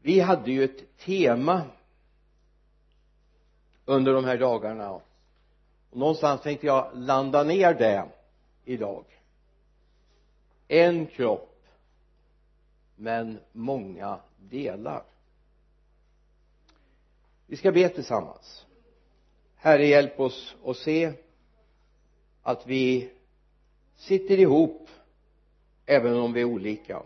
Vi hade ju ett tema under de här dagarna och någonstans tänkte jag landa ner det idag. En kropp men många delar. Vi ska be tillsammans. Herre, hjälp oss att se att vi sitter ihop även om vi är olika.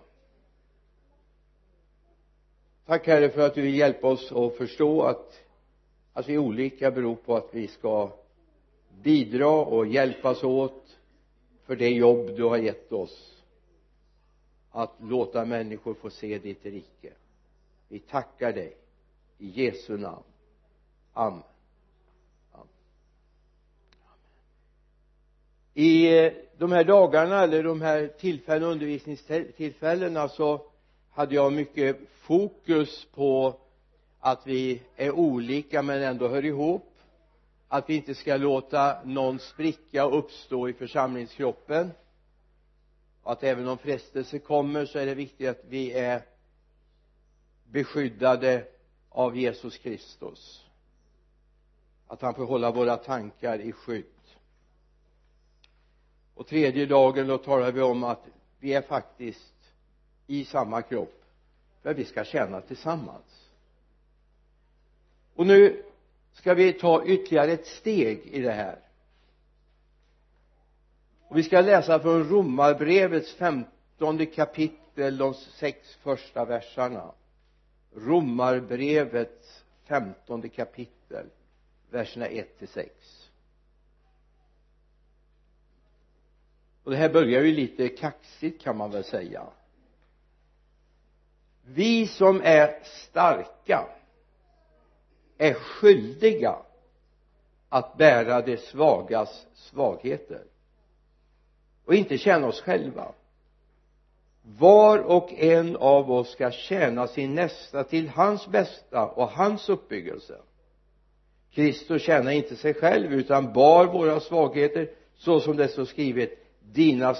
Tack Herre för att du vill hjälpa oss att förstå att vi är olika beror på att vi ska bidra och hjälpas åt för det jobb du har gett oss, att låta människor få se ditt rike. Vi tackar dig i Jesu namn. Amen. I de här dagarna eller de här undervisningstillfällena så hade jag mycket fokus på att vi är olika men ändå hör ihop, att vi inte ska låta någon spricka uppstå i församlingskroppen, och att även om frestelse kommer så är det viktigt att vi är beskyddade av Jesus Kristus, att han får hålla våra tankar i skydd. Och tredje dagen då talar vi om att vi är faktiskt i samma kropp för vi ska tjäna tillsammans. Och nu ska vi ta ytterligare ett steg i det här. Och vi ska läsa från Romarbrevets 15:e kapitel, de 6 första verserna. Romarbrevets 15:e kapitel, verserna 1-6. Och det här börjar ju lite kaxigt kan man väl säga. Vi som är starka är skyldiga att bära de svagas svagheter och inte känna oss själva. Var och en av oss ska tjäna sin nästa till hans bästa och hans uppbyggelse. Kristus tjänar inte sig själv utan bar våra svagheter, så som det står skrivet: dina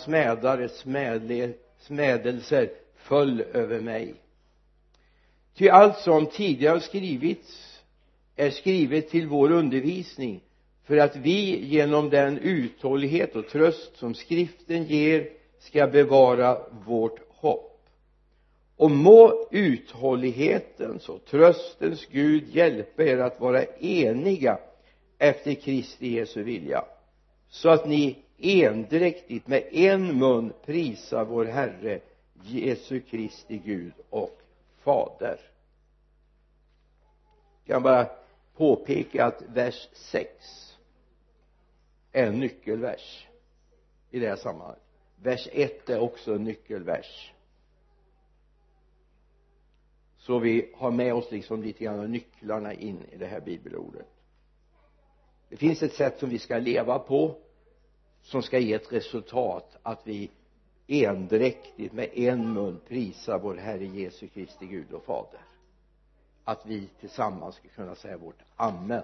smädelser föll över mig. Ty allt som tidigare skrivits är skrivet till vår undervisning, för att vi genom den uthållighet och tröst som skriften ger ska bevara vårt hopp. Och må uthållighetens och tröstens Gud hjälpa er att vara eniga efter Kristi Jesu vilja, så att ni endräktigt med en mun prisar vår Herre Jesu Kristi Gud och Fader. Jag kan bara påpeka att vers 6 är en nyckelvers i det här sammanhanget. Vers 1 är också en nyckelvers, så vi har med oss liksom lite grann av nycklarna in i det här bibelordet. Det finns ett sätt som vi ska leva på som ska ge ett resultat, att vi endräktigt med en mun prisar vår Herre Jesu Kristi Gud och Fader, att vi tillsammans ska kunna säga vårt amen.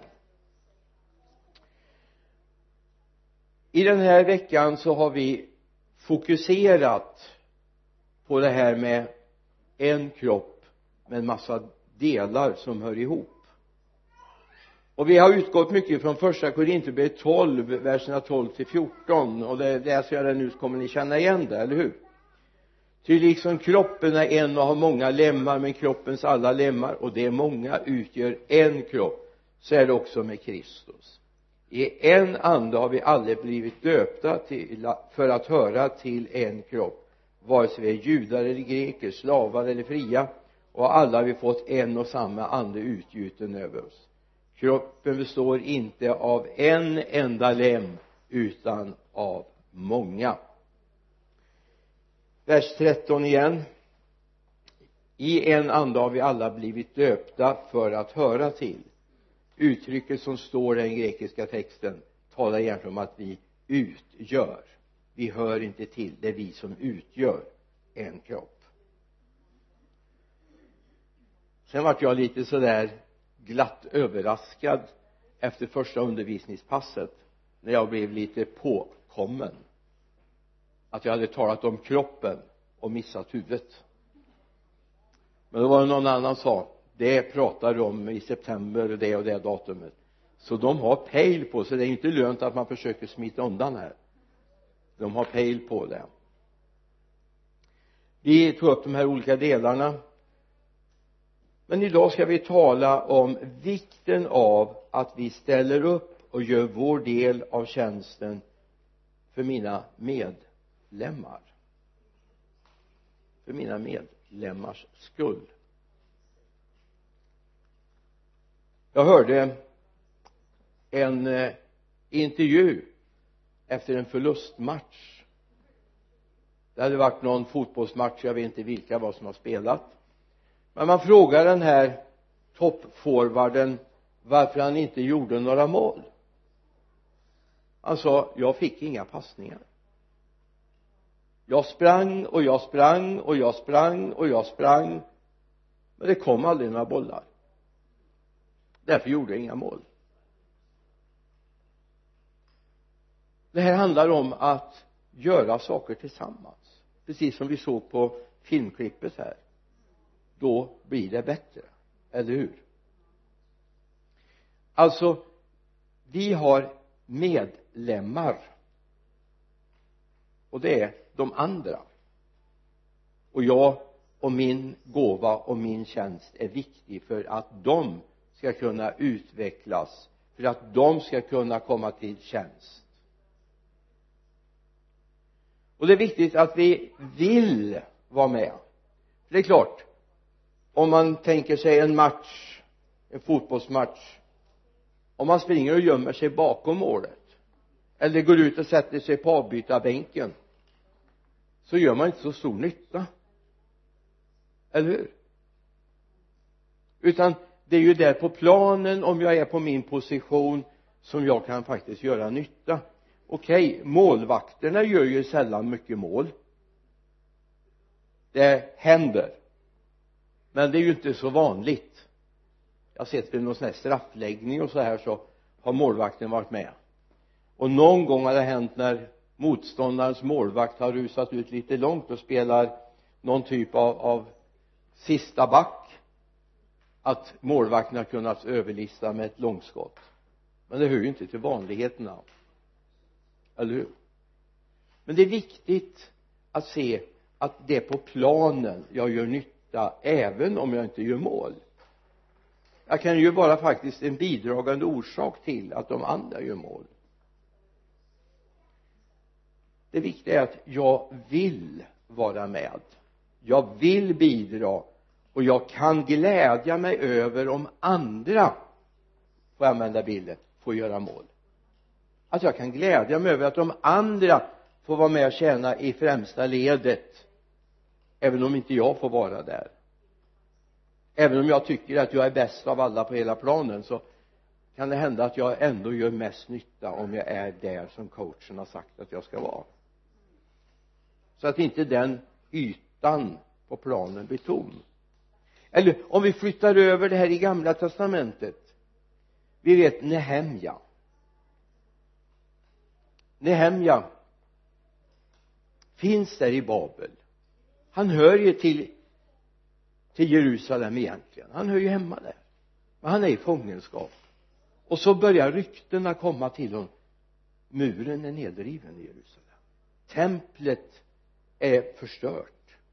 I den här veckan så har vi fokuserat på det här med en kropp med en massa delar som hör ihop. Och vi har utgått mycket från första Korinthierbrevet 12, verserna 12-14, och det läser jag det nu så kommer ni känna igen det, eller hur? Ty liksom kroppen är en och har många lemmar, men kroppens alla lemmar, och det är många, utgör en kropp, så är det också med Kristus. I en ande har vi alla blivit döpta för att höra till en kropp, vare sig vi är judar eller greker, slavar eller fria, och alla har vi fått en och samma ande utgjuten över oss. Kroppen består inte av en enda lem utan av många. Vers 13 igen. I en ande har vi alla blivit döpta för att höra till. Uttrycket som står i den grekiska texten talar egentligen om att vi utgör. Vi hör inte till, det är vi som utgör en kropp. Sen var jag lite sådär glatt överraskad efter första undervisningspasset när jag blev lite påkommen att jag hade talat om kroppen och missat huvudet. men då var det någon annan sa det pratar om i september det och det datumet, så de har pejl på, så det är inte lönt att man försöker smita undan här. De har pejl på det. Vi tog upp de här olika delarna, men idag ska vi tala om vikten av att vi ställer upp och gör vår del av tjänsten för mina medlemmar, för mina medlemmars skull. Jag hörde en intervju efter en förlustmatch. Det hade varit någon fotbollsmatch, jag vet inte vilka vad som har spelat, men man frågar den här toppforwarden varför han inte gjorde några mål. Han sa, jag fick inga passningar. Jag sprang och jag sprang och jag sprang och jag sprang, men det kom aldrig några bollar. Därför gjorde jag inga mål. Det här handlar om att göra saker tillsammans, precis som vi såg på filmklippet här. Då blir det bättre, eller hur? Alltså, vi har medlemmar, och det är de andra, och jag och min gåva och min tjänst är viktig för att de ska kunna utvecklas, för att de ska kunna komma till tjänst. Och det är viktigt att vi vill vara med. För det är klart, om man tänker sig en match, en fotbollsmatch, om man springer och gömmer sig bakom målet eller går ut och sätter sig på avbytarbänken, så gör man inte så stor nytta, eller hur? Utan det är ju där på planen, om jag är på min position, som jag kan faktiskt göra nytta. Okej, målvakterna gör ju sällan mycket mål. Det händer, men det är ju inte så vanligt. Jag har sett vid någon sån här straffläggning och så här, så har målvakten varit med. Och någon gång har det hänt när motståndarens målvakt har rusat ut lite långt och spelar någon typ av sista back, att målvakten har kunnat överlista med ett långskott. Men det hör ju inte till vanligheterna, eller hur? Men det är viktigt att se att det är på planen jag gör nytta, även om jag inte gör mål. Jag kan ju vara faktiskt en bidragande orsak till att de andra gör mål. Det viktiga är att jag vill vara med, jag vill bidra, och jag kan glädja mig över om andra, får jag använda bilden, får göra mål. Att jag kan glädja mig över att de andra får vara med och tjäna i främsta ledet, även om inte jag får vara där. Även om jag tycker att jag är bäst av alla på hela planen, så kan det hända att jag ändå gör mest nytta om jag är där som coachen har sagt att jag ska vara. Så att inte den ytan på planen blir tom. Eller om vi flyttar över det här i Gamla testamentet. Vi vet Nehemja finns där i Babel. Han hör ju till Jerusalem egentligen. Han hör ju hemma där. Men han är i fångenskap. Och så börjar ryktena komma till honom. Muren är nedriven i Jerusalem. Templet är förstört.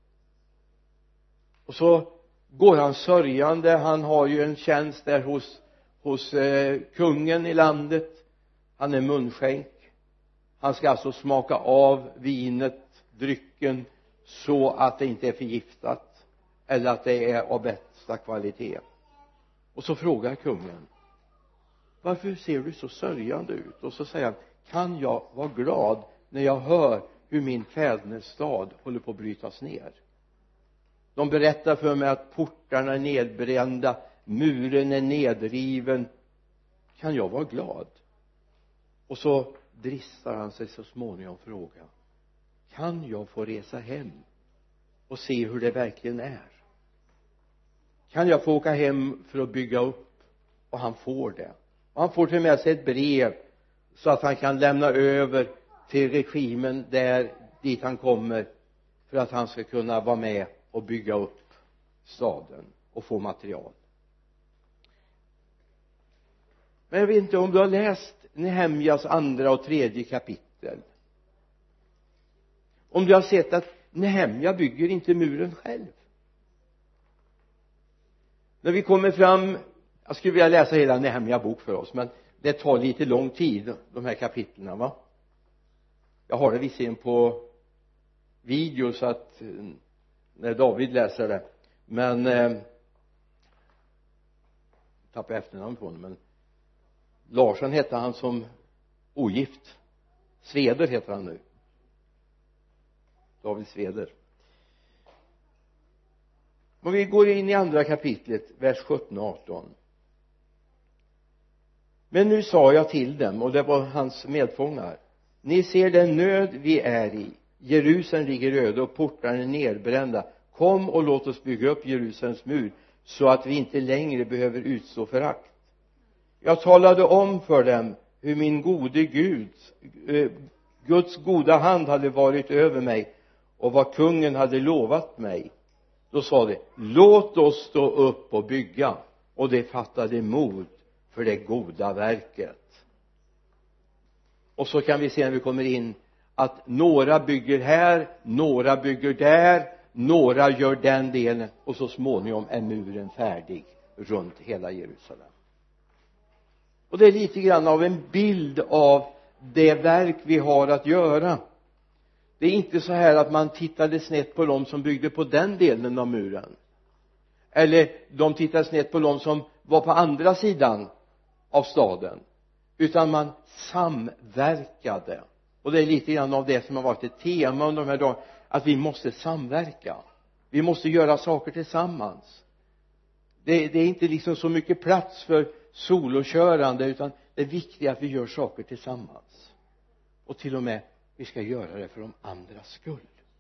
Och så går han sörjande. Han har ju en tjänst där hos kungen i landet. Han är munskänk. Han ska alltså smaka av vinet, drycken, så att det inte är förgiftat eller att det är av bästa kvalitet. Och så frågar kungen, varför ser du så sörjande ut? Och så säger han, kan jag vara glad när jag hör hur min fädernesstad håller på att brytas ner? De berättar för mig att portarna är nedbrända, muren är nedriven. Kan jag vara glad? Och så dristar han sig så småningom fråga, kan jag få resa hem och se hur det verkligen är? Kan jag få åka hem för att bygga upp? Och han får det. Och han får till med sig ett brev så att han kan lämna över till regimen där dit han kommer, för att han ska kunna vara med och bygga upp staden och få material. Men jag vet inte om du har läst Nehemjas andra och tredje kapitel, om du har sett att Nehemja bygger inte muren själv. När vi kommer fram, jag skulle vilja läsa hela Nehemja bok för oss, men det tar lite lång tid, de här kapitlerna, va. Jag har det visserligen på video så att när David läser det, men tappar efternamn på honom, men Larsson heter han som ogift. Sveder heter han nu, David Sveder. Och vi går in i andra kapitlet, vers 17 och 18. Men nu sa jag till dem, och det var hans medfångar: ni ser den nöd vi är i. Jerusalem ligger öde och portarna är nedbrända. Kom och låt oss bygga upp Jerusalems mur, så att vi inte längre behöver utstå förakt. Jag talade om för dem hur min gode Guds goda hand hade varit över mig och vad kungen hade lovat mig. Då sa de: låt oss stå upp och bygga. Och de fattade mod för det goda verket. Och så kan vi se när vi kommer in att några bygger här, några bygger där, några gör den delen, och så småningom är muren färdig runt hela Jerusalem. Och det är lite grann av en bild av det verk vi har att göra. Det är inte så här att man tittade snett på dem som byggde på den delen av muren, eller de tittade snett på dem som var på andra sidan av staden, utan man samverkade. Och det är lite grann av det som har varit ett tema under de här dagarna, att vi måste samverka, vi måste göra saker tillsammans. Det är inte liksom så mycket plats för solokörande, utan det är viktigt att vi gör saker tillsammans, och till och med vi ska göra det för de andras skull.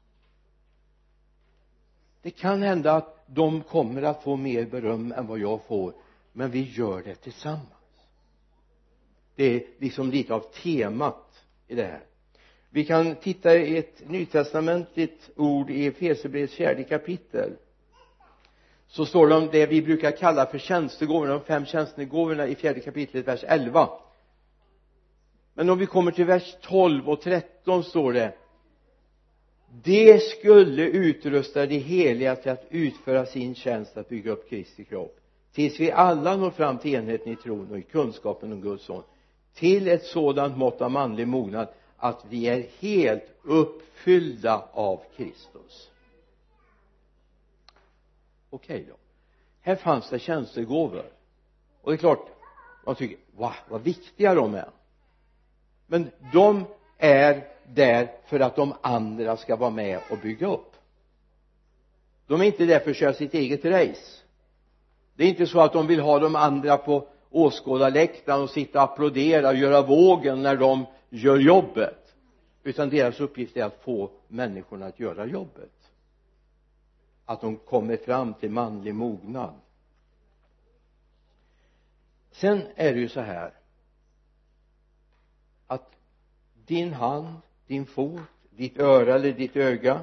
Det kan hända att de kommer att få mer beröm än vad jag får, men vi gör det tillsammans. Det är liksom lite av temat i det här. Vi kan titta i ett nytestamentligt ord i Efesierbrevets 4 kapitel. Så står det om det vi brukar kalla för tjänstegåvorna, de 5 tjänstegåvorna i 4 kapitlet, vers 11. Men om vi kommer till vers 12 och 13 står det: det skulle utrusta de heliga till att utföra sin tjänst att bygga upp Kristi kropp, tills vi alla når fram till enheten i tron och i kunskapen om Guds son, till ett sådant mått av manlig mognad att vi är helt uppfyllda av Kristus. Okej då. Här fanns det tjänstegåvor, och det är klart man tycker, vad viktiga de är. Men de är där för att de andra ska vara med och bygga upp. De är inte där för att köra sitt eget race. Det är inte så att de vill ha de andra på åskådarläktaren och sitta och applådera och göra vågen när de gör jobbet, utan deras uppgift är att få människorna att göra jobbet, att de kommer fram till manlig mognad. Sen är det ju så här att din hand, din fot, ditt öra eller ditt öga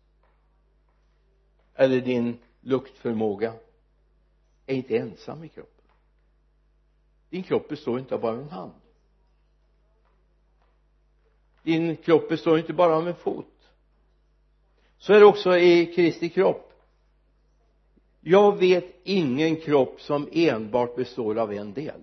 eller din luktförmåga är inte ensam i kroppen. Din kropp består inte bara av en hand. Din kropp består inte bara av en fot. Så är det också i Kristi kropp. Jag vet ingen kropp som enbart består av en del.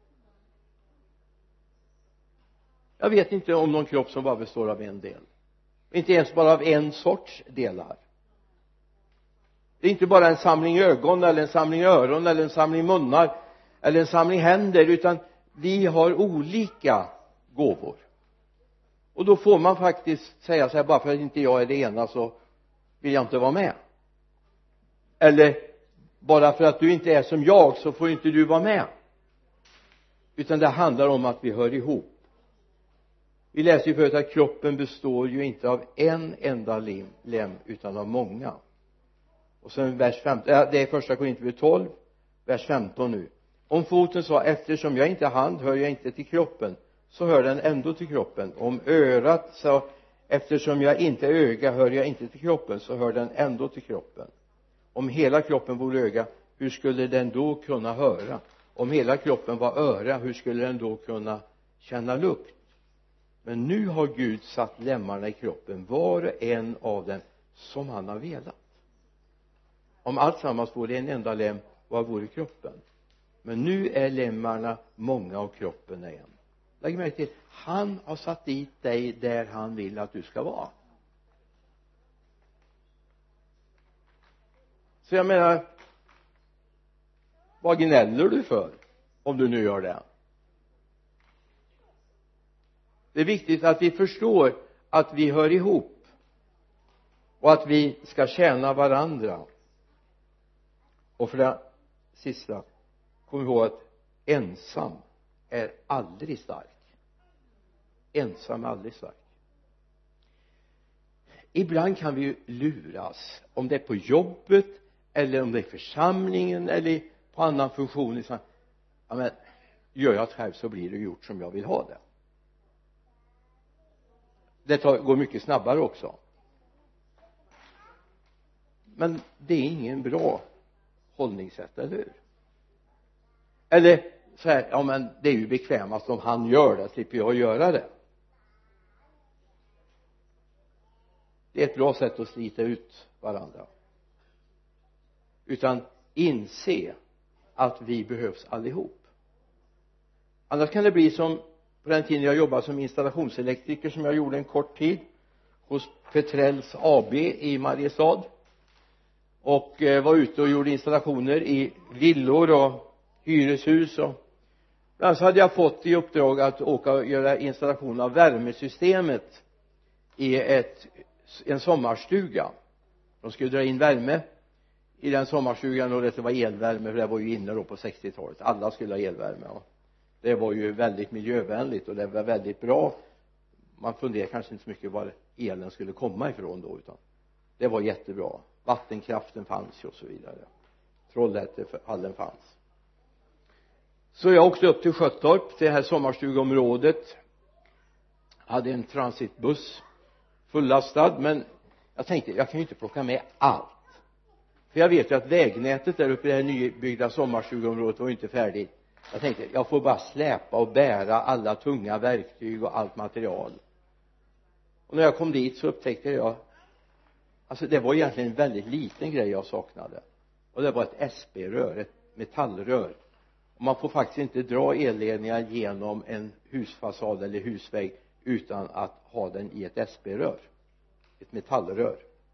Jag vet inte om någon kropp som bara består av en del. Inte ens bara av en sorts delar. Det är inte bara en samling ögon eller en samling öron eller en samling munnar eller en samling händer, utan vi har olika gåvor. Och då får man faktiskt säga så här: bara för att inte jag är det ena så vill jag inte vara med. Eller bara för att du inte är som jag så får inte du vara med. Utan det handlar om att vi hör ihop. Vi läser ju förut att kroppen består ju inte av en enda lem utan av många. Och sen vers 15, det är första Korinthierbrevet 12, vers 15 nu. Om foten sa: eftersom jag inte är hand hör jag inte till kroppen, så hör den ändå till kroppen. Om örat sa: eftersom jag inte är öga hör jag inte till kroppen, så hör den ändå till kroppen. Om hela kroppen vore öga, hur skulle den då kunna höra? Om hela kroppen var öra, hur skulle den då kunna känna lukt? Men nu har Gud satt lemmarna i kroppen, var och en av dem som han har velat. Om allt sammans vore en enda lem, vad vore kroppen? Men nu är lemmarna många och kroppen är en. Lägg märke till, han har satt dit dig där han vill att du ska vara. Så jag menar, vad gnäller du för om du nu gör det? Det är viktigt att vi förstår att vi hör ihop och att vi ska tjäna varandra. Och för det sista, kom ihåg att ensam är aldrig stark. Ensam är aldrig stark. Ibland kan vi ju luras, om det är på jobbet eller om det är i församlingen eller på annan funktion. Ja, men gör jag det själv så blir det gjort som jag vill ha det. Det går mycket snabbare också. Men det är ingen bra hållningssätt, eller hur? Eller så här, ja men det är ju bekvämast om han gör det, slipper jag göra det. Det är ett bra sätt att slita ut varandra. Utan inse att vi behövs allihop. Annars kan det bli som på den tiden jag jobbade som installationselektriker, som jag gjorde en kort tid hos Petrells AB i Mariestad, och var ute och gjorde installationer i villor och hyreshus. Och bland så hade jag fått i uppdrag att åka och göra installation av värmesystemet i en sommarstuga. De skulle dra in värme i den sommarstugan, och det var elvärme, för det var ju inne då på 60-talet. Alla skulle ha elvärme, och det var ju väldigt miljövänligt och det var väldigt bra. Man funderade kanske inte så mycket var elen skulle komma ifrån då, utan det var jättebra. Vattenkraften fanns ju och så vidare. Trollhättehallen fanns. Så jag åkte upp till Sköttorp, till det här sommarstugområdet. Hade en transitbuss fullastad, men jag tänkte, jag kan ju inte plocka med allt. För jag vet ju att vägnätet där uppe i det här nybyggda sommarstugområdet var ju inte färdigt. Jag tänkte, jag får bara släpa och bära alla tunga verktyg och allt material. Och när jag kom dit så upptäckte jag, alltså det var egentligen en väldigt liten grej jag saknade. Och det var ett SP-rör, ett metallrör. Och man får faktiskt inte dra elledningar genom en husfasad eller husvägg utan att ha den i ett SP-rör. Ett metallrör.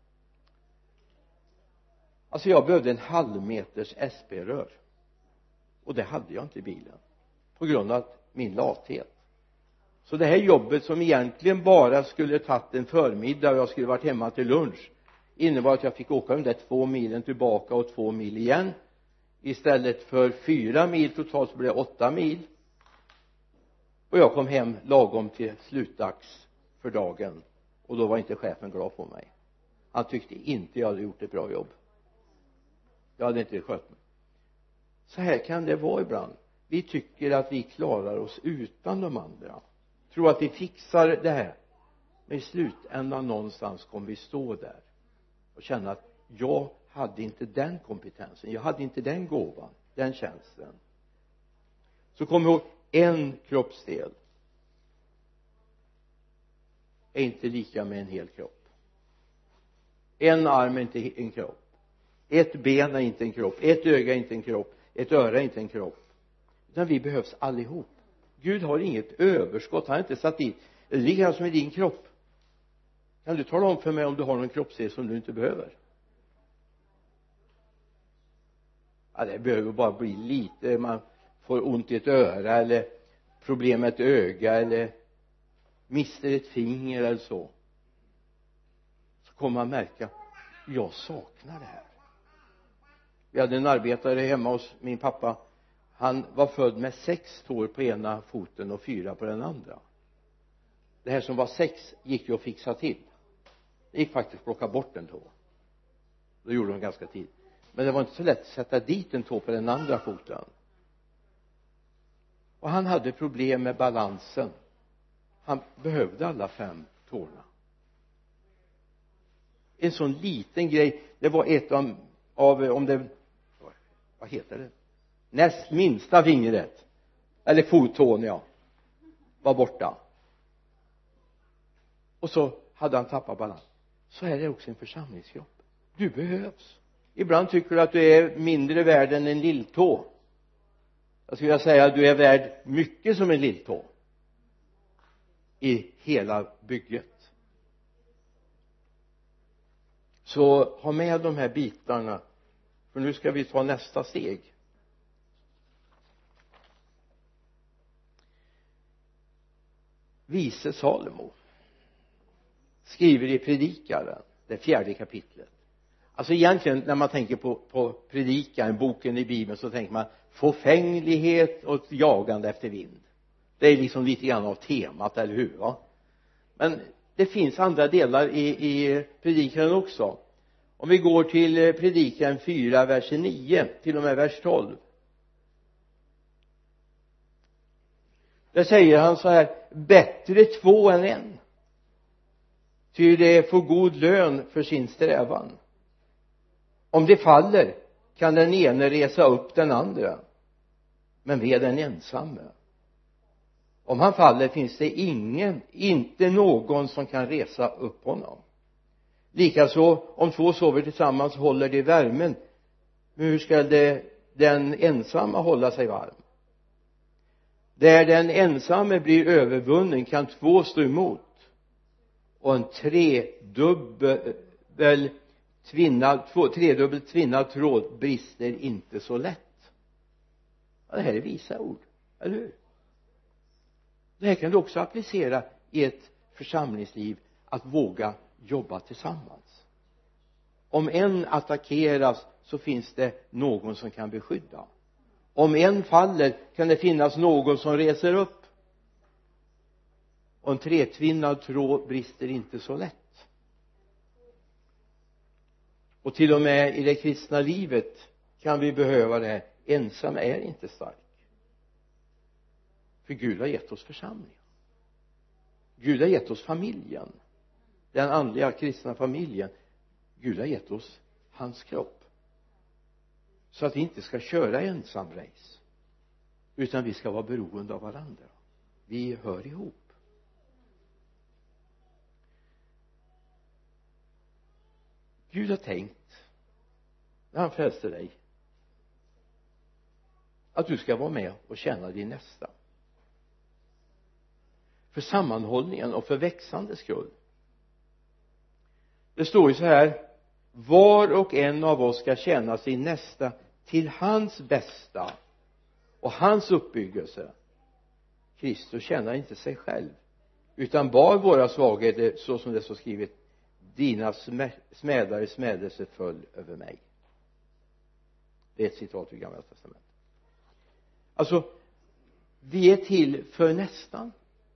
Alltså jag behövde en halvmeters SP-rör. Och det hade jag inte i bilen. På grund av min lathet. Så det här jobbet som egentligen bara skulle tagit en förmiddag och jag skulle varit hemma till lunch, innebar att jag fick åka de där 2 milen tillbaka och 2 mil igen. Istället för 4 mil totalt så blev det 8 mil. Och jag kom hem lagom till slutdags för dagen. Och då var inte chefen glad på mig. Han tyckte inte jag hade gjort ett bra jobb. Jag hade inte skött mig. Så här kan det vara ibland. Vi tycker att vi klarar oss utan de andra. Tror att vi fixar det här. Men i slutändan någonstans kommer vi stå där och känna att jag hade inte den kompetensen. Jag hade inte den gåvan, den tjänsten. Så kom ihåg, en kroppsdel är inte lika med en hel kropp. En arm är inte en kropp. Ett ben är inte en kropp. Ett öga är inte en kropp. Ett öra är inte en kropp. Utan vi behövs allihop. Gud har inget överskott. Han har inte satt dit. Det ligger som i din kropp. Kan du tala om för mig om du har någon kroppsdel som du inte behöver? Ja, det behöver bara bli lite. Man får ont i ett öra eller problem med ett öga eller mister ett finger eller så. Så kommer man märka, jag saknar det här. Vi hade en arbetare hemma hos min pappa. Han var född med 6 tår på ena foten och 4 på den andra. Det här som var 6 gick ju att fixa till. Det gick faktiskt att plocka bort en tå. Det gjorde de ganska tidigt. Men det var inte så lätt att sätta dit en tå på den andra foten. Och han hade problem med balansen. Han behövde alla 5 tårna. En sån liten grej. Det var ett av av om det, vad heter det, näst minsta fingret eller fottån, ja, var borta. Och så hade han tappat balans. Så är det också en församlingskropp. Du behövs. Ibland tycker du att du är mindre värd än en lilltå. Jag skulle säga att du är värd mycket som en lilltå i hela bygget. Så ha med de här bitarna, för nu ska vi ta nästa steg. Vise Salomo skriver i Predikaren, det 4:e kapitlet. Alltså egentligen när man tänker på Predikaren, boken i Bibeln, så tänker man fåfänglighet och jagande efter vind. Det är liksom lite grann av temat, eller hur, va? Men det finns andra delar i Predikaren också. Om vi går till Predikaren 4, vers 9 till och med vers 12. Där säger han så här: bättre två än en, ty det får god lön för sin strävan. Om det faller kan den ene resa upp den andra, men ve den ensamme. Om han faller finns det inte någon som kan resa upp honom. Likaså om två sover tillsammans håller de värmen, men hur ska den ensamma hålla sig varm? Där den ensamme blir övervunnen kan två stå emot, och en tredubbelt tvinnad tråd brister inte så lätt. Ja, det här är visa ord, eller hur? Det här kan du också applicera i ett församlingsliv, att våga jobba tillsammans. Om en attackeras så finns det någon som kan beskydda. Om en faller kan det finnas någon som reser upp. Och en tretvinnad tråd brister inte så lätt. Och till och med i det kristna livet kan vi behöva det här. Ensam är inte stark. För Gud har gett oss församlingen. Gud har gett oss familjen. Den andliga kristna familjen. Gud har gett oss hans kropp. Så att vi inte ska köra ensam race, utan vi ska vara beroende av varandra. Vi hör ihop. Gud har tänkt, när han frälste dig, att du ska vara med och tjäna din nästa. För sammanhållningen och för växande skull. Det står ju så här: var och en av oss ska tjäna sin nästa till hans bästa och hans uppbyggelse. Kristus tjänar inte sig själv, utan bar våra svagheter, så som det står skrivet: dina smädares smädelse föll över mig. Det är ett citat ur Gamla testamentet. Alltså, vi är till för nästan.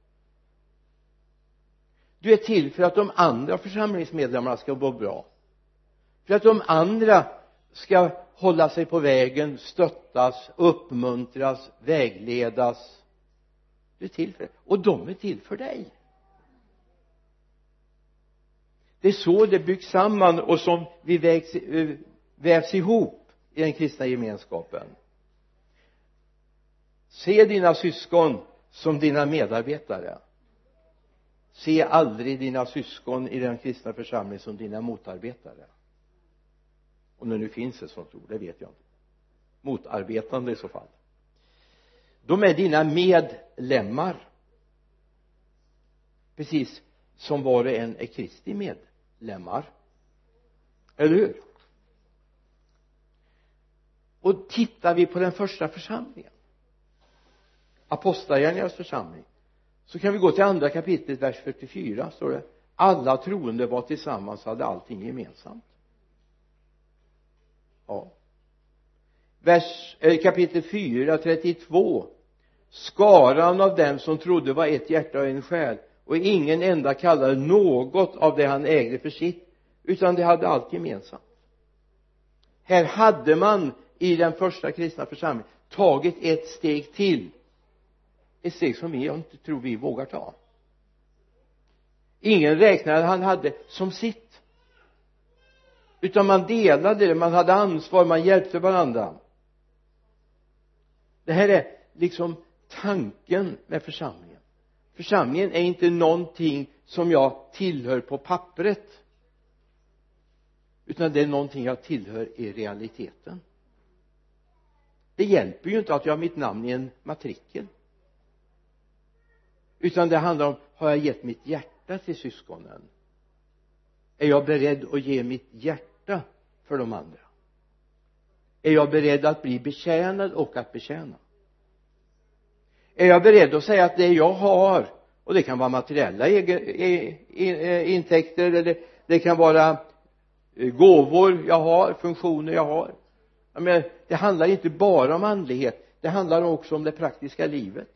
Du är till för att de andra församlingsmedlemmarna ska vara bra, för att de andra ska hålla sig på vägen, stöttas, uppmuntras, vägledas. Du är till för det, och de är till för dig. Det är så det byggs samman, och som vi vävs ihop i den kristna gemenskapen. Se dina syskon som dina medarbetare. Se aldrig dina syskon i den kristna församlingen som dina motarbetare. Och när nu finns ett sånt ord, det vet jag inte. Motarbetande i så fall. De är dina medlemmar. Precis som var och en är Kristi medlemmar. Eller hur? Och tittar vi på den första församlingen, Apostlagärningarnas församling, så kan vi gå till andra kapitlet, vers 44, står det: alla troende var tillsammans, hade allting gemensamt. Ja. Kapitel 4, 32: skaran av dem som trodde var ett hjärta och en själ, och ingen enda kallade något av det han ägde för sitt, utan det hade allt gemensamt. Här hade man i den första kristna församlingen tagit ett steg till, ett steg som vi inte tror vi vågar ta. Ingen räknade han hade som sitt. utan man delade det, man hade ansvar, man hjälpte varandra. Det här är liksom tanken med församlingen. Församlingen är inte någonting som jag tillhör på pappret, utan det är någonting jag tillhör i realiteten. Det hjälper ju inte att jag har mitt namn i en matrikel, utan det handlar om, har jag gett mitt hjärta till syskonen? Är jag beredd att ge mitt hjärta för de andra? Är jag beredd att bli betjänad och att betjäna? Är jag beredd att säga att det jag har, och det kan vara materiella intäkter, eller det kan vara gåvor jag har, funktioner jag har. Men det handlar inte bara om andlighet, det handlar också om det praktiska livet.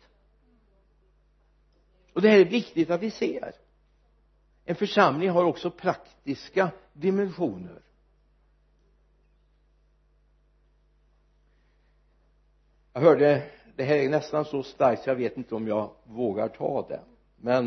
Och det här är viktigt att vi ser. En församling har också praktiska dimensioner. Jag hörde, det här är nästan så starkt så jag vet inte om jag vågar ta det, men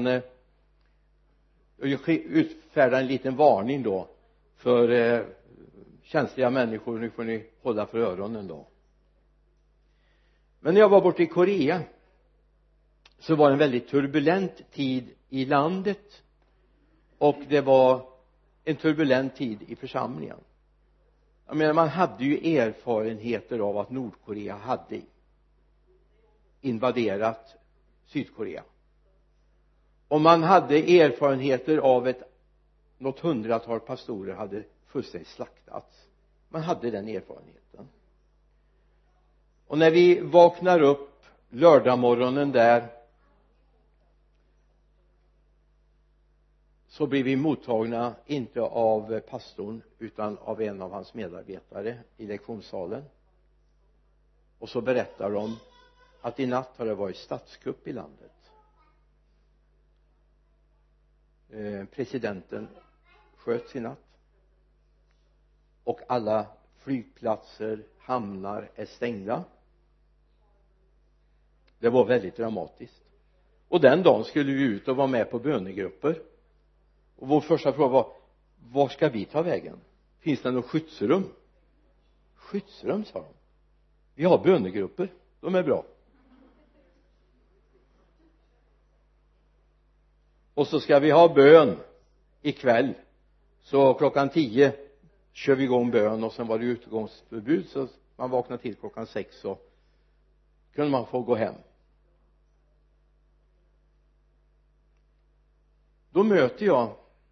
jag utfärdar en liten varning då för känsliga människor. Nu får ni hålla för öronen då. Men när jag var borta i Korea så var det en väldigt turbulent tid i landet, och det var en turbulent tid i församlingen. Jag menar, man hade ju erfarenheter av att Nordkorea hade invaderat Sydkorea, och man hade erfarenheter av något hundratal pastorer hade fullständigt slaktats. Man hade den erfarenheten. Och när vi vaknar upp lördagmorgonen där, så blir vi mottagna inte av pastorn utan av en av hans medarbetare i lektionssalen. Och så berättar de att i natt har det varit statskupp i landet. Presidenten sköts i natt, och alla flygplatser, hamnar är stängda. Det var väldigt dramatiskt. Och den dagen skulle vi ut och vara med på bönegrupper. Och vår första fråga var, var ska vi ta vägen? Finns det något skyddsrum? Skyddsrum, sa de. Vi har bönegrupper, de är bra. Och så ska vi ha bön ikväll. Så 10:00 kör vi igång bön, och sen var det utgångsförbud, så man vaknade till 6:00 så kunde man få gå hem. Då möter jag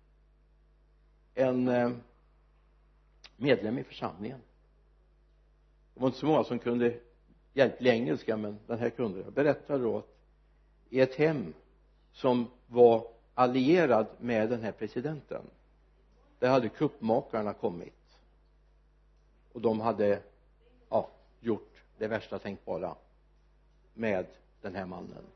en medlem i församlingen. Det var inte så många som kunde hjälplig engelska, men den här kunde. Jag berättade då att i ett hem som var allierad med den här presidenten, där hade kuppmakarna kommit, och de hade gjort det värsta tänkbara med den här mannen,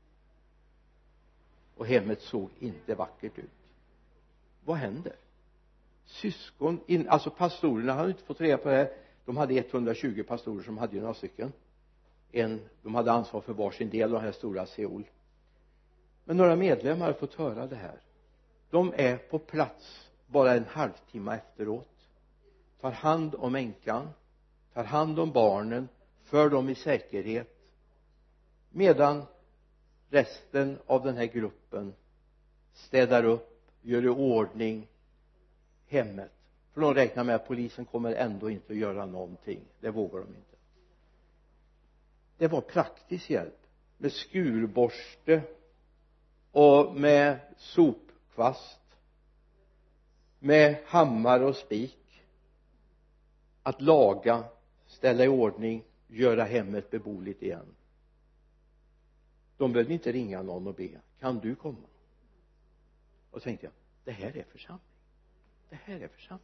och hemmet såg inte vackert ut. Vad händer? Alltså pastorerna hade inte fått reda på det här. De hade 120 pastorer som hade några stycken. De hade ansvar för varsin del av den här stora Seoul. Men några medlemmar hade fått höra det här. De är på plats bara en halvtimme efteråt, tar hand om änkan, tar hand om barnen, för dem i säkerhet, medan resten av den här gruppen städar upp, gör i ordning hemmet. För de räknar med att polisen kommer ändå inte att göra någonting. Det vågar de inte. Det var praktisk hjälp med skurborste och med sopkvast, med hammare och spik, att laga, ställa i ordning, göra hemmet beboeligt igen. De behövde inte ringa någon och be, kan du komma? Och så tänkte jag, det här är församling. Det här är församling.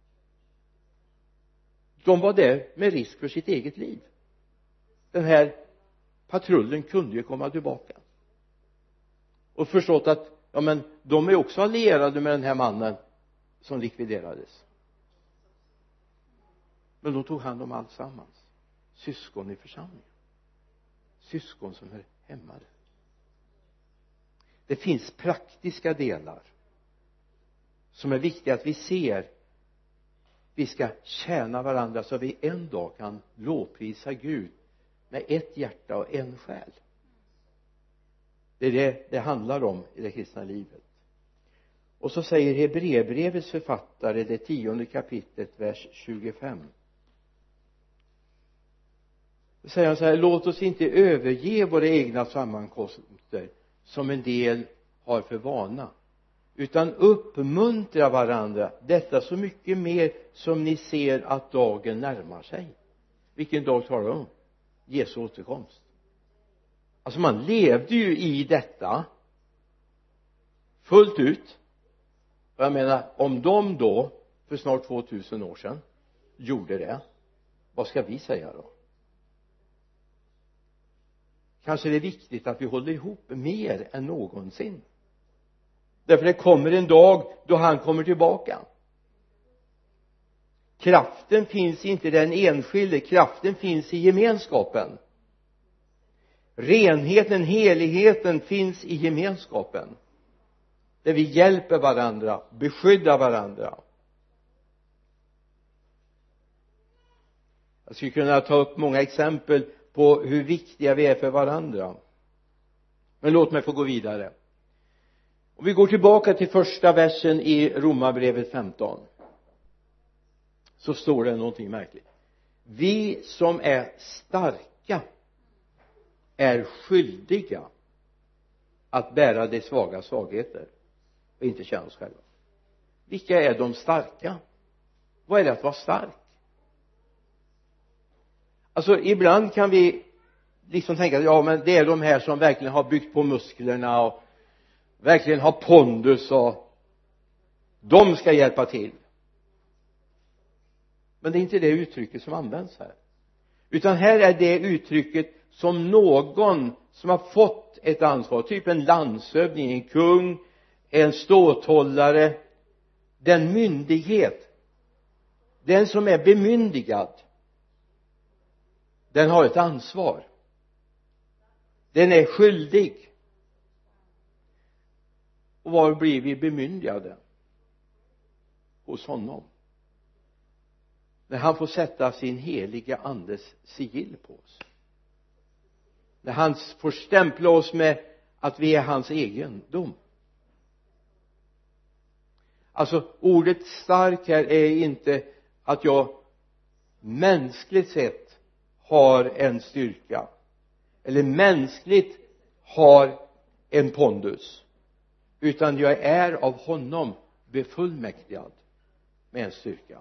De var där med risk för sitt eget liv. Den här patrullen kunde ju komma tillbaka. Och förstått att, men de är också allierade med den här mannen som likviderades. Men de tog hand om allsammans. Syskon i församlingen. Syskon som är hemma. Det finns praktiska delar som är viktiga att vi ser vi ska tjäna varandra så vi en dag kan lovprisa Gud med ett hjärta och en själ. Det är det handlar om i det kristna livet. Och så säger Hebreerbrevets författare, det 10:e kapitlet, vers 25. Då säger han så här: låt oss inte överge våra egna sammankomster som en del har för vana, utan uppmuntra varandra, detta så mycket mer som ni ser att dagen närmar sig. Vilken dag talar de om? Jesu återkomst. Alltså man levde ju i detta fullt ut. Och jag menar, om de då för snart 2000 år sedan gjorde det, vad ska vi säga då? Kanske det är viktigt att vi håller ihop mer än någonsin. Därför det kommer en dag då han kommer tillbaka. Kraften finns inte i den enskilde, kraften finns i gemenskapen. Renheten, heligheten finns i gemenskapen. Där vi hjälper varandra, beskyddar varandra. Jag skulle kunna ta upp många exempel på hur viktiga vi är för varandra. Men låt mig få gå vidare. Och vi går tillbaka till första versen i Romarbrevet 15. Så står det någonting märkligt. Vi som är starka är skyldiga att bära de svaga svagheter och inte känna oss själva. Vilka är de starka? Vad är det att vara stark? Alltså ibland kan vi liksom tänka att ja, men det är de här som verkligen har byggt på musklerna och verkligen har pondus, och de ska hjälpa till. Men det är inte det uttrycket som används här, utan här är det uttrycket som någon som har fått ett ansvar, typ en landshövding, en kung, en ståthållare, den myndighet, den som är bemyndigad, den har ett ansvar, den är skyldig. Och var blir vi bemyndigade? Hos honom, när han får sätta sin heliga andes sigill på oss, när han får stämpla oss med att vi är hans egendom. Alltså ordet stark här är inte att jag mänskligt sett har en styrka eller mänskligt har en pondus, utan jag är av honom befullmäktigad med en styrka.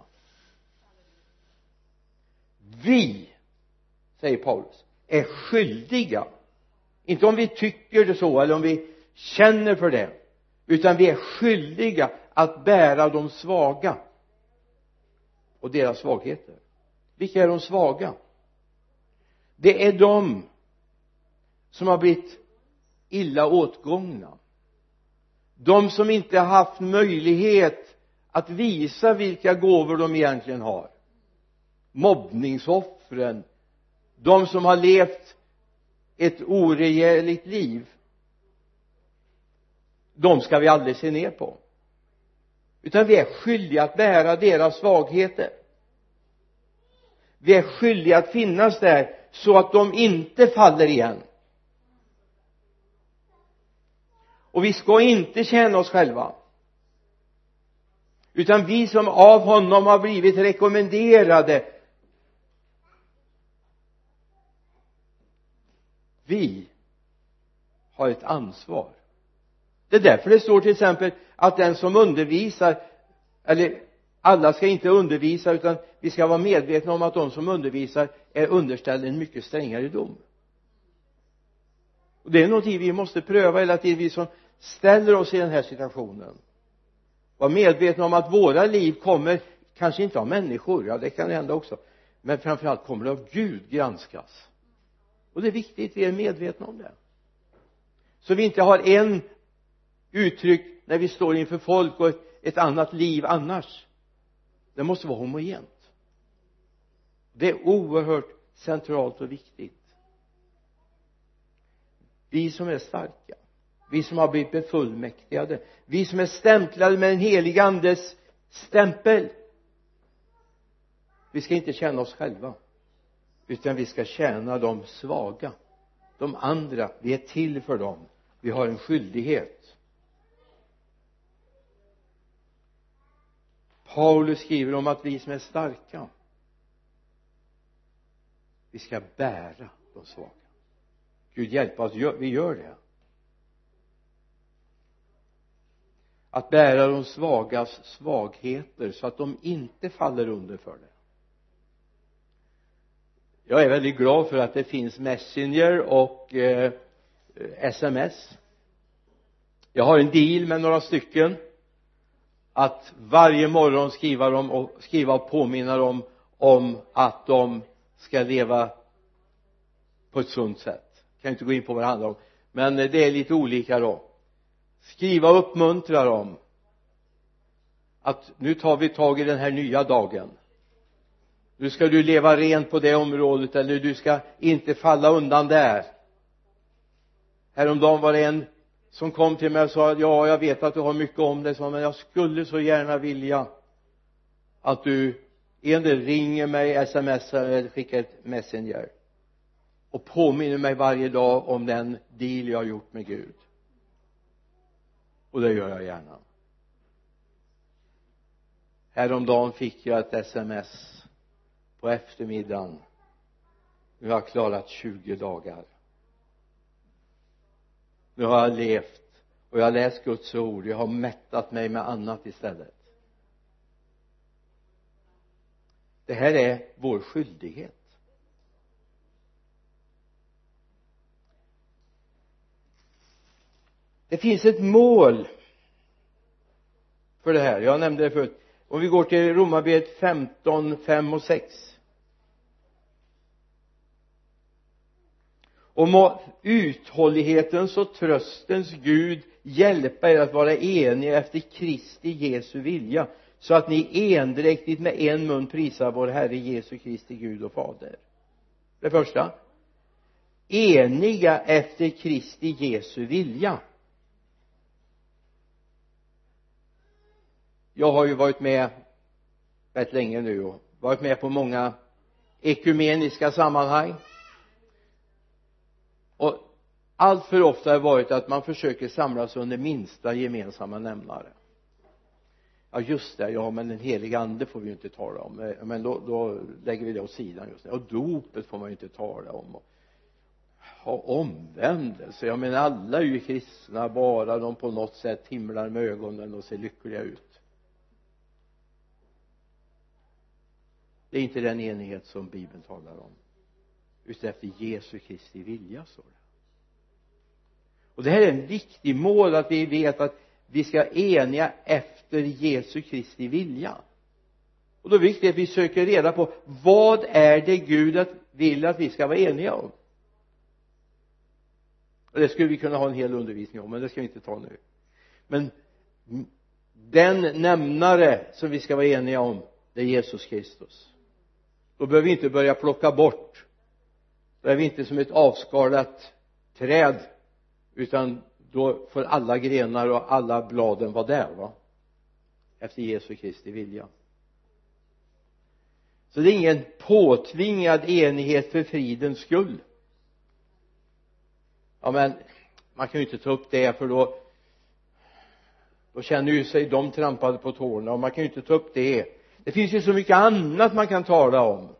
Vi, säger Paulus, är skyldiga, inte om vi tycker det så eller om vi känner för det, utan vi är skyldiga att bära de svaga och deras svagheter. Vilka är de svaga? Det är de som har blivit illa åtgångna, de som inte har haft möjlighet att visa vilka gåvor de egentligen har, mobbningsoffren, de som har levt ett oregerligt liv. De ska vi aldrig se ner på, utan vi är skyldiga att bära deras svagheter. Vi är skyldiga att finnas där så att de inte faller igen. Och vi ska inte tjäna oss själva, utan vi som av honom har blivit rekommenderade, vi har ett ansvar. Det är därför det står till exempel att den som undervisar, eller alla ska inte undervisa, utan vi ska vara medvetna om att de som undervisar är underställda en mycket strängare dom. Och det är någonting vi måste pröva hela tiden, vi som ställer oss i den här situationen. Var medvetna om att våra liv kommer kanske inte av människor, ja det kan hända också, men framförallt kommer det av Gud granskas. Och det är viktigt att vi är medvetna om det, så vi inte har en uttryck när vi står inför folk och ett annat liv annars. Det måste vara homogent. Det är oerhört centralt och viktigt. Vi som är starka, vi som har blivit befullmäktigade, vi som är stämplade med en helig andes stämpel, vi ska inte tjäna oss själva, utan vi ska tjäna de svaga, de andra. Vi är till för dem, vi har en skyldighet. Paulus skriver om att vi som är starka, vi ska bära de svaga. Gud hjälpa oss, vi gör det. Att bära de svagas svagheter så att de inte faller under för det. Jag är väldigt glad för att det finns Messenger och SMS. Jag har en deal med några stycken att varje morgon skriva och påminna dem om att de ska leva på ett sunt sätt. Kan inte gå in på vad det handlar om, men det är lite olika då. Skriva och uppmuntra dem att nu tar vi tag i den här nya dagen. Nu ska du leva rent på det området, eller du ska inte falla undan där. Häromdagen var det en som kom till mig och sa: ja, jag vet att du har mycket om det, men jag skulle så gärna vilja att du endera ringer mig, smsar eller skickar ett messenger och påminner mig varje dag om den deal jag har gjort med Gud. Och det gör jag gärna. Häromdagen fick jag ett sms på eftermiddagen: nu har jag klarat 20 dagar. Nu har jag levt och jag har läst Guds ord. Jag har mättat mig med annat istället. Det här är vår skyldighet. Det finns ett mål för det här. Jag nämnde det förut. Om vi går till Romarbrevet 15, 5 och 6. Och må uthållighetens och tröstens Gud hjälpa er att vara eniga efter Kristi Jesu vilja, så att ni endräktigt med en mun prisar vår Herre Jesu Kristi Gud och Fader. Det första: eniga efter Kristi Jesu vilja. Jag har ju varit med rätt länge nu och varit med på många ekumeniska sammanhang. Och allt för ofta har det varit att man försöker samlas under minsta gemensamma nämnare. Ja, just det, ja, men den heliga ande får vi ju inte tala om. Men då lägger vi det åt sidan just det. Och dopet får man ju inte tala om. Och ha omvändelse. Jag menar, alla är ju kristna, bara de på något sätt himlar med ögonen och ser lyckliga ut. Det är inte den enighet som Bibeln talar om. Utan efter Jesu Kristi vilja, så det. Och det här är en viktig mål, att vi vet att vi ska eniga efter Jesu Kristi vilja. Och då är det viktigt att vi söker reda på vad är det Gud vill att vi ska vara eniga om. Och det skulle vi kunna ha en hel undervisning om, men det ska vi inte ta nu. Men den nämnare som vi ska vara eniga om, det är Jesus Kristus. Då behöver vi inte börja plocka bort. Då är vi inte som ett avskalat träd, utan då får alla grenar och alla bladen vara där, va? Efter Jesu Kristi vilja. Så det är ingen påtvingad enighet för fridens skull. Ja, men man kan ju inte ta upp det, för då känner ju sig de trampade på tårna, och man kan ju inte ta upp det. Det finns ju så mycket annat man kan tala om.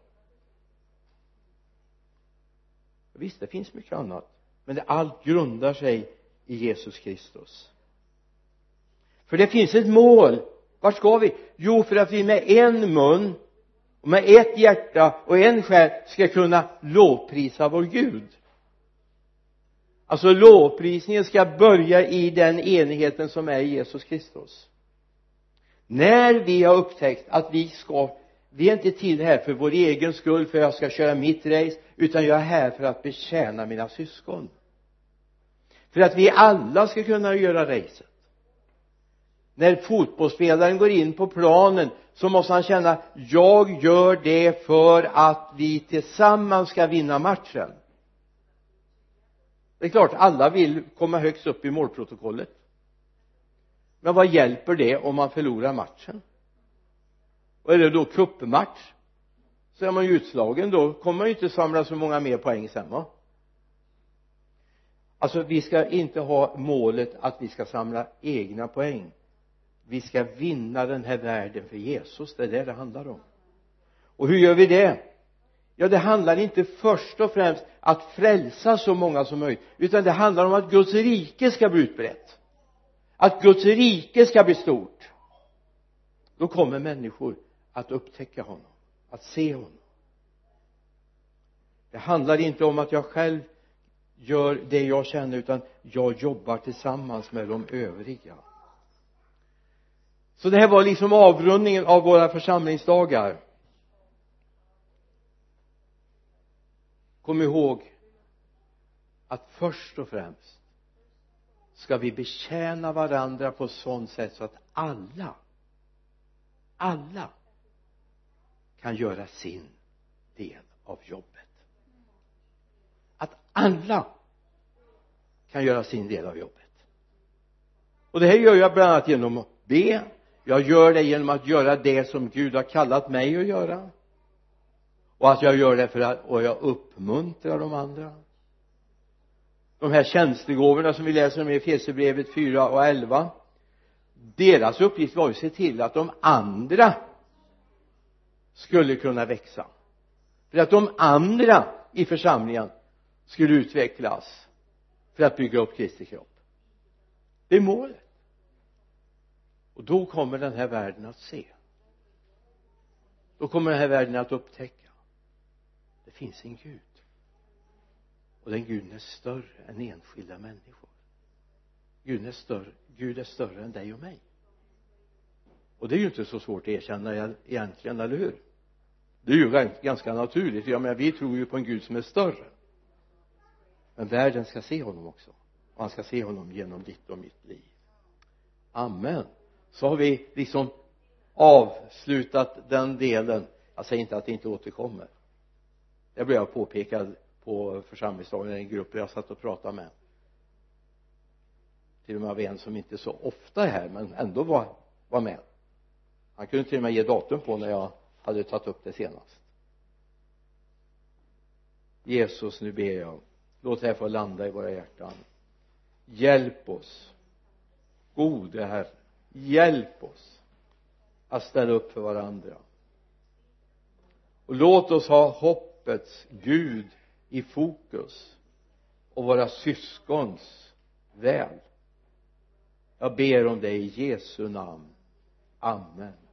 Visst, det finns mycket annat, men det allt grundar sig i Jesus Kristus. För det finns ett mål. Vart ska vi? Jo, för att vi med en mun och med ett hjärta och en själ ska kunna lovprisa vår Gud. Alltså lovprisningen ska börja i den enigheten som är i Jesus Kristus. När vi har upptäckt att vi är inte till här för vår egen skull, för jag ska köra mitt race, utan jag är här för att betjäna mina syskon. För att vi alla ska kunna göra racet. När fotbollsspelaren går in på planen, så måste han känna: jag gör det för att vi tillsammans ska vinna matchen. Det är klart, alla vill komma högst upp i målprotokollet. Men vad hjälper det om man förlorar matchen? Och är det då cupmatch? så är man ju utslagen. Då kommer man ju inte samla så många mer poäng sen, va? Alltså vi ska inte ha målet att vi ska samla egna poäng. Vi ska vinna den här världen för Jesus. Det är det handlar om. Och hur gör vi det? Ja, det handlar inte först och främst att frälsa så många som möjligt, utan det handlar om att Guds rike ska bli utbrett, att Guds rike ska bli stort. Då kommer människor att upptäcka honom, att se honom. Det handlar inte om att jag själv gör det jag känner, utan jag jobbar tillsammans med de övriga. Så det här var liksom avrundningen av våra församlingsdagar. Kom ihåg att först och främst ska vi betjäna varandra på sådant sätt så att alla kan göra sin del av jobbet. Att alla kan göra sin del av jobbet. Och det här gör jag bland annat genom att be. Jag gör det genom att göra det som Gud har kallat mig att göra. Och att jag gör det för att, och jag uppmuntrar de andra. De här tjänstegåvorna som vi läser om i Efesierbrevet 4 och 11. Deras uppgift var att se till att de andra skulle kunna växa. För att de andra i församlingen skulle utvecklas för att bygga upp Kristi kropp. Det är målet. Och då kommer den här världen att se. Då kommer den här världen att upptäcka. Det finns en Gud. Och den Guden är större än enskilda människor. Gud är större än dig och mig. Och det är ju inte så svårt att erkänna egentligen, eller hur? Det är ju ganska naturligt. Jag menar, vi tror ju på en Gud som är större. Men världen ska se honom också. Och han ska se honom genom ditt och mitt liv. Amen. Så har vi liksom avslutat den delen. Jag säger inte att det inte återkommer. Det blev jag påpekad på församlingsdagen i en grupp jag satt och pratade med. Till och med av en som inte så ofta är här men ändå var med. Han kunde till och med ge datum på när jag hade tagit upp det senast. Jesus, nu ber jag, låt det här få landa i våra hjärtan. Hjälp oss, gode Herre, hjälp oss att ställa upp för varandra. Och låt oss ha hoppets Gud i fokus och våra syskons väl. Jag ber om det i Jesu namn. Amen.